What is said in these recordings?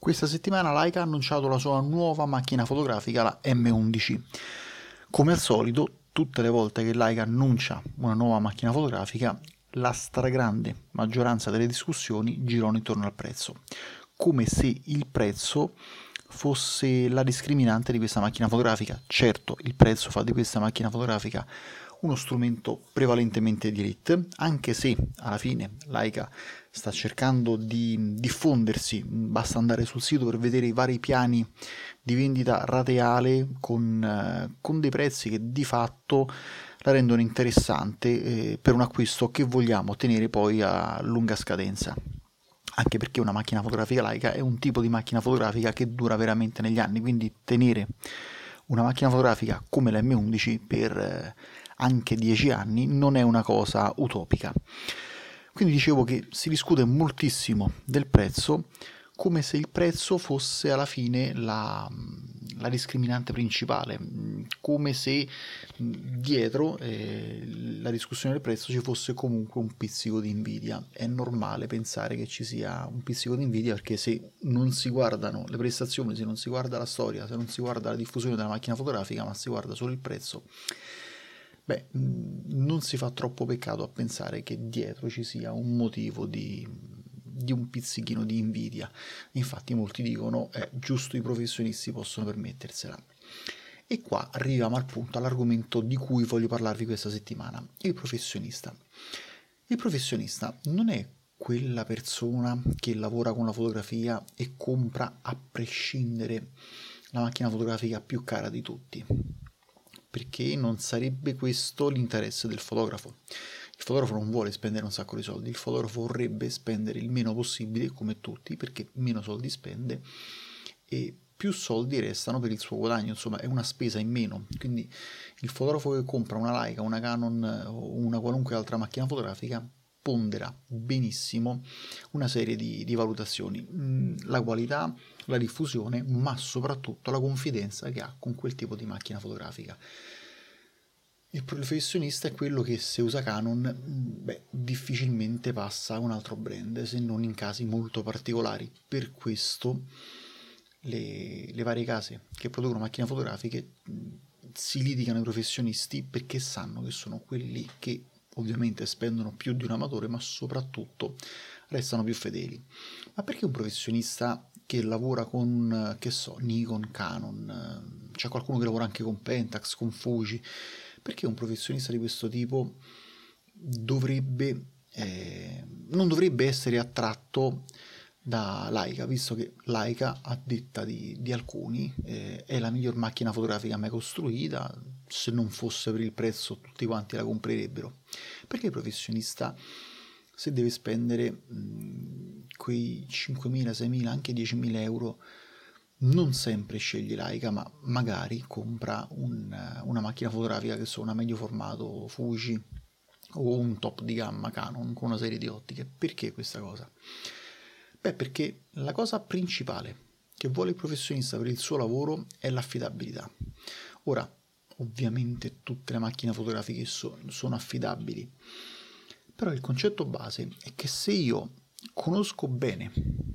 Questa settimana Leica ha annunciato la sua nuova macchina fotografica, la M11. Come al solito, tutte le volte che Leica annuncia una nuova macchina fotografica, la stragrande maggioranza delle discussioni girano intorno al prezzo, come se il prezzo fosse la discriminante di questa macchina fotografica. Certo, il prezzo fa di questa macchina fotografica uno strumento prevalentemente di elite, anche se alla fine Leica sta cercando di diffondersi, basta andare sul sito per vedere i vari piani di vendita rateale con dei prezzi che di fatto la rendono interessante per un acquisto che vogliamo tenere poi a lunga scadenza. Anche perché una macchina fotografica Leica è un tipo di macchina fotografica che dura veramente negli anni, quindi tenere una macchina fotografica come la M11 per anche 10 anni non è una cosa utopica. Quindi dicevo che si discute moltissimo del prezzo, come se il prezzo fosse alla fine la discriminante principale, come se dietro la discussione del prezzo ci fosse comunque un pizzico di invidia. È normale pensare che ci sia un pizzico di invidia, perché se non si guardano le prestazioni, se non si guarda la storia, se non si guarda la diffusione della macchina fotografica, ma si guarda solo il prezzo, non si fa troppo peccato a pensare che dietro ci sia un motivo di un pizzichino di invidia. Infatti molti dicono giusto i professionisti possono permettersela. E qua arriviamo al punto, all'argomento di cui voglio parlarvi questa settimana: il professionista. Il professionista non è quella persona che lavora con la fotografia e compra a prescindere la macchina fotografica più cara di tutti, perché non sarebbe questo l'interesse del fotografo. Il fotografo non vuole spendere un sacco di soldi, il fotografo vorrebbe spendere il meno possibile, come tutti, perché meno soldi spende e più soldi restano per il suo guadagno, insomma è una spesa in meno. Quindi il fotografo che compra una Leica, una Canon o una qualunque altra macchina fotografica pondera benissimo una serie di valutazioni: la qualità, la diffusione, ma soprattutto la confidenza che ha con quel tipo di macchina fotografica. Il professionista è quello che, se usa Canon, difficilmente passa a un altro brand, se non in casi molto particolari. Per questo le varie case che producono macchine fotografiche si litigano ai professionisti, perché sanno che sono quelli che ovviamente spendono più di un amatore, ma soprattutto restano più fedeli. Ma perché un professionista che lavora con, che so, Nikon, Canon, c'è qualcuno che lavora anche con Pentax, con Fuji, perché un professionista di questo tipo non dovrebbe essere attratto da Leica, visto che Leica, a detta di alcuni, è la miglior macchina fotografica mai costruita? Se non fosse per il prezzo tutti quanti la comprerebbero. Perché il professionista, se deve spendere quei 5.000, 6.000, anche 10.000 euro, non sempre sceglie Leica, ma magari compra una macchina fotografica, che so, una medio formato Fuji o un top di gamma Canon con una serie di ottiche? Perché questa cosa? Perché la cosa principale che vuole il professionista per il suo lavoro è l'affidabilità. Ora, ovviamente tutte le macchine fotografiche sono affidabili, però il concetto base è che se io conosco bene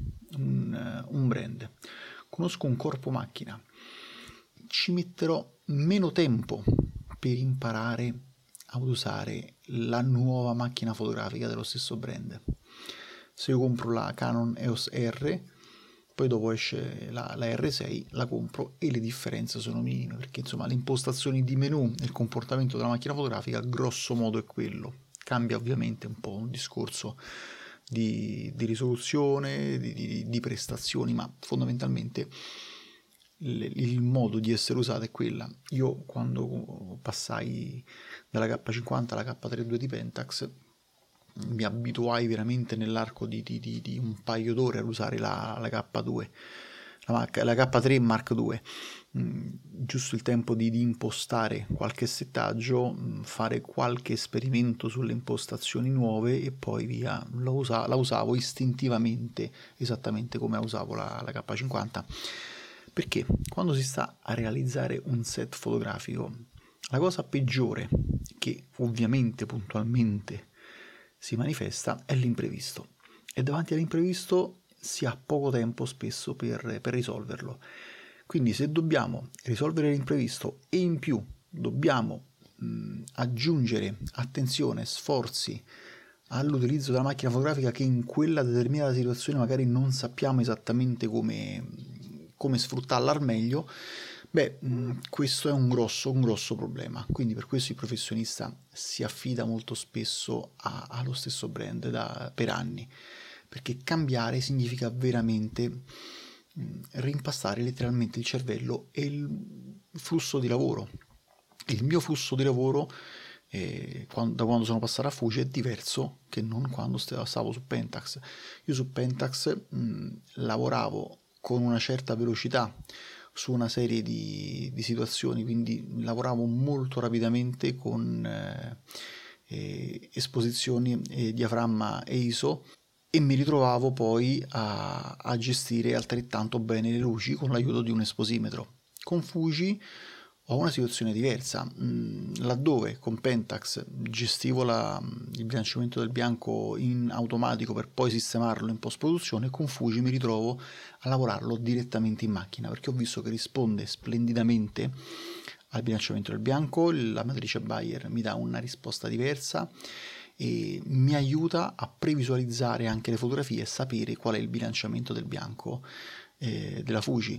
un brand, conosco un corpo macchina, ci metterò meno tempo per imparare ad usare la nuova macchina fotografica dello stesso brand. Se io compro la Canon EOS R, poi dopo esce la R6, la compro e le differenze sono minime, perché insomma le impostazioni di menu e il comportamento della macchina fotografica grosso modo è quello. Cambia ovviamente un po' un discorso di risoluzione, di prestazioni, ma fondamentalmente il modo di essere usato è quella. Io quando passai dalla K50 alla K32 di Pentax mi abituai veramente nell'arco di un paio d'ore ad usare la K2, la K3 Mark II. Giusto il tempo di impostare qualche settaggio, fare qualche esperimento sulle impostazioni nuove e poi via. La usavo istintivamente, esattamente come usavo la K50, perché quando si sta a realizzare un set fotografico, la cosa peggiore, che ovviamente puntualmente si manifesta, è l'imprevisto, e davanti all'imprevisto si ha poco tempo spesso per risolverlo. Quindi se dobbiamo risolvere l'imprevisto e in più dobbiamo aggiungere attenzione, sforzi all'utilizzo della macchina fotografica che in quella determinata situazione magari non sappiamo esattamente come sfruttarla al meglio, questo è un grosso problema. Quindi per questo il professionista si affida molto spesso allo stesso brand per anni, perché cambiare significa veramente rimpastare letteralmente il cervello e il flusso di lavoro. Il mio flusso di lavoro da quando sono passato a Fuji è diverso che non quando stavo su Pentax. Io su Pentax lavoravo con una certa velocità su una serie di situazioni, quindi lavoravo molto rapidamente con esposizioni, diaframma e ISO, e mi ritrovavo poi a gestire altrettanto bene le luci con l'aiuto di un esposimetro. Con Fuji ho una situazione diversa, laddove con Pentax gestivo il bilanciamento del bianco in automatico per poi sistemarlo in post-produzione. Con Fuji mi ritrovo a lavorarlo direttamente in macchina, perché ho visto che risponde splendidamente al bilanciamento del bianco, la matrice Bayer mi dà una risposta diversa e mi aiuta a previsualizzare anche le fotografie e sapere qual è il bilanciamento del bianco della Fuji.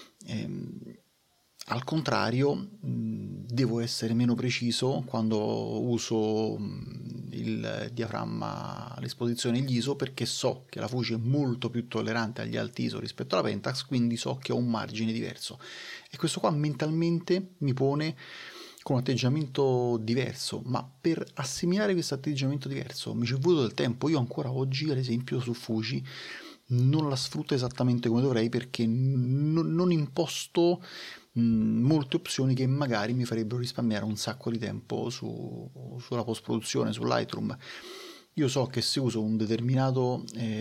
Al contrario, devo essere meno preciso quando uso il diaframma, l'esposizione e gli ISO, perché so che la Fuji è molto più tollerante agli alti ISO rispetto alla Pentax, quindi so che ho un margine diverso. E questo qua mentalmente mi pone con un atteggiamento diverso, ma per assimilare questo atteggiamento diverso mi ci è voluto del tempo. Io ancora oggi, ad esempio, su Fuji non la sfrutto esattamente come dovrei, perché non imposto molte opzioni che magari mi farebbero risparmiare un sacco di tempo sulla post-produzione, su Lightroom. Io so che se uso un determinato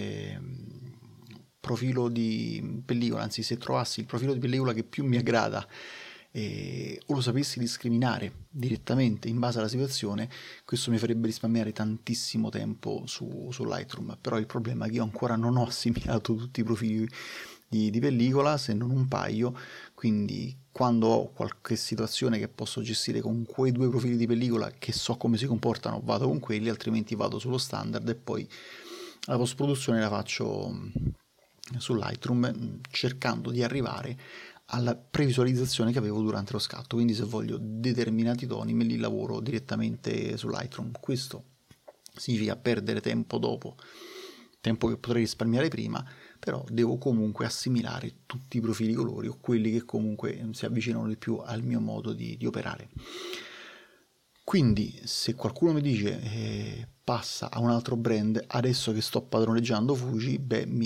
profilo di pellicola, anzi se trovassi il profilo di pellicola che più mi aggrada o lo sapessi discriminare direttamente in base alla situazione, questo mi farebbe risparmiare tantissimo tempo su Lightroom. Però il problema è che io ancora non ho assimilato tutti i profili di pellicola, se non un paio, quindi quando ho qualche situazione che posso gestire con quei 2 profili di pellicola che so come si comportano, vado con quelli, altrimenti vado sullo standard e poi la post produzione la faccio su Lightroom, cercando di arrivare alla previsualizzazione che avevo durante lo scatto. Quindi se voglio determinati toni me li lavoro direttamente su Lightroom. Questo significa perdere tempo dopo, tempo che potrei risparmiare prima, però devo comunque assimilare tutti i profili colori o quelli che comunque si avvicinano di più al mio modo di operare. Quindi se qualcuno mi dice passa a un altro brand adesso che sto padroneggiando Fuji,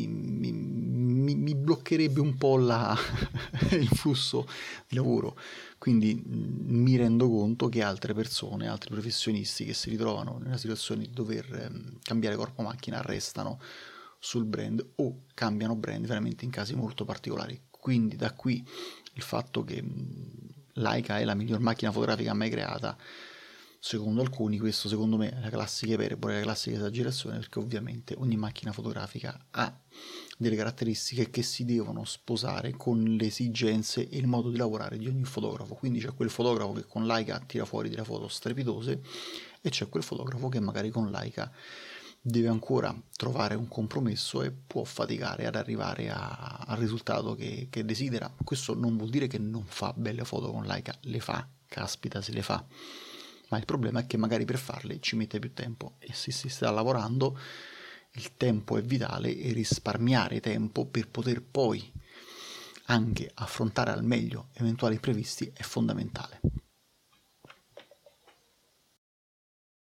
mi bloccherebbe un po' il flusso di lavoro. Quindi mi rendo conto che altre persone, altri professionisti che si ritrovano nella situazione di dover cambiare corpo macchina restano sul brand o cambiano brand veramente in casi molto particolari. Quindi da qui il fatto che Leica è la miglior macchina fotografica mai creata, secondo alcuni, questo secondo me è la classica iperbole, la classica esagerazione, perché ovviamente ogni macchina fotografica ha delle caratteristiche che si devono sposare con le esigenze e il modo di lavorare di ogni fotografo. Quindi c'è quel fotografo che con Leica tira fuori delle foto strepitose e c'è quel fotografo che magari con Leica deve ancora trovare un compromesso e può faticare ad arrivare al risultato che desidera. Questo non vuol dire che non fa belle foto con Leica, le fa, caspita se le fa, ma il problema è che magari per farle ci mette più tempo, e se si sta lavorando il tempo è vitale e risparmiare tempo per poter poi anche affrontare al meglio eventuali imprevisti è fondamentale.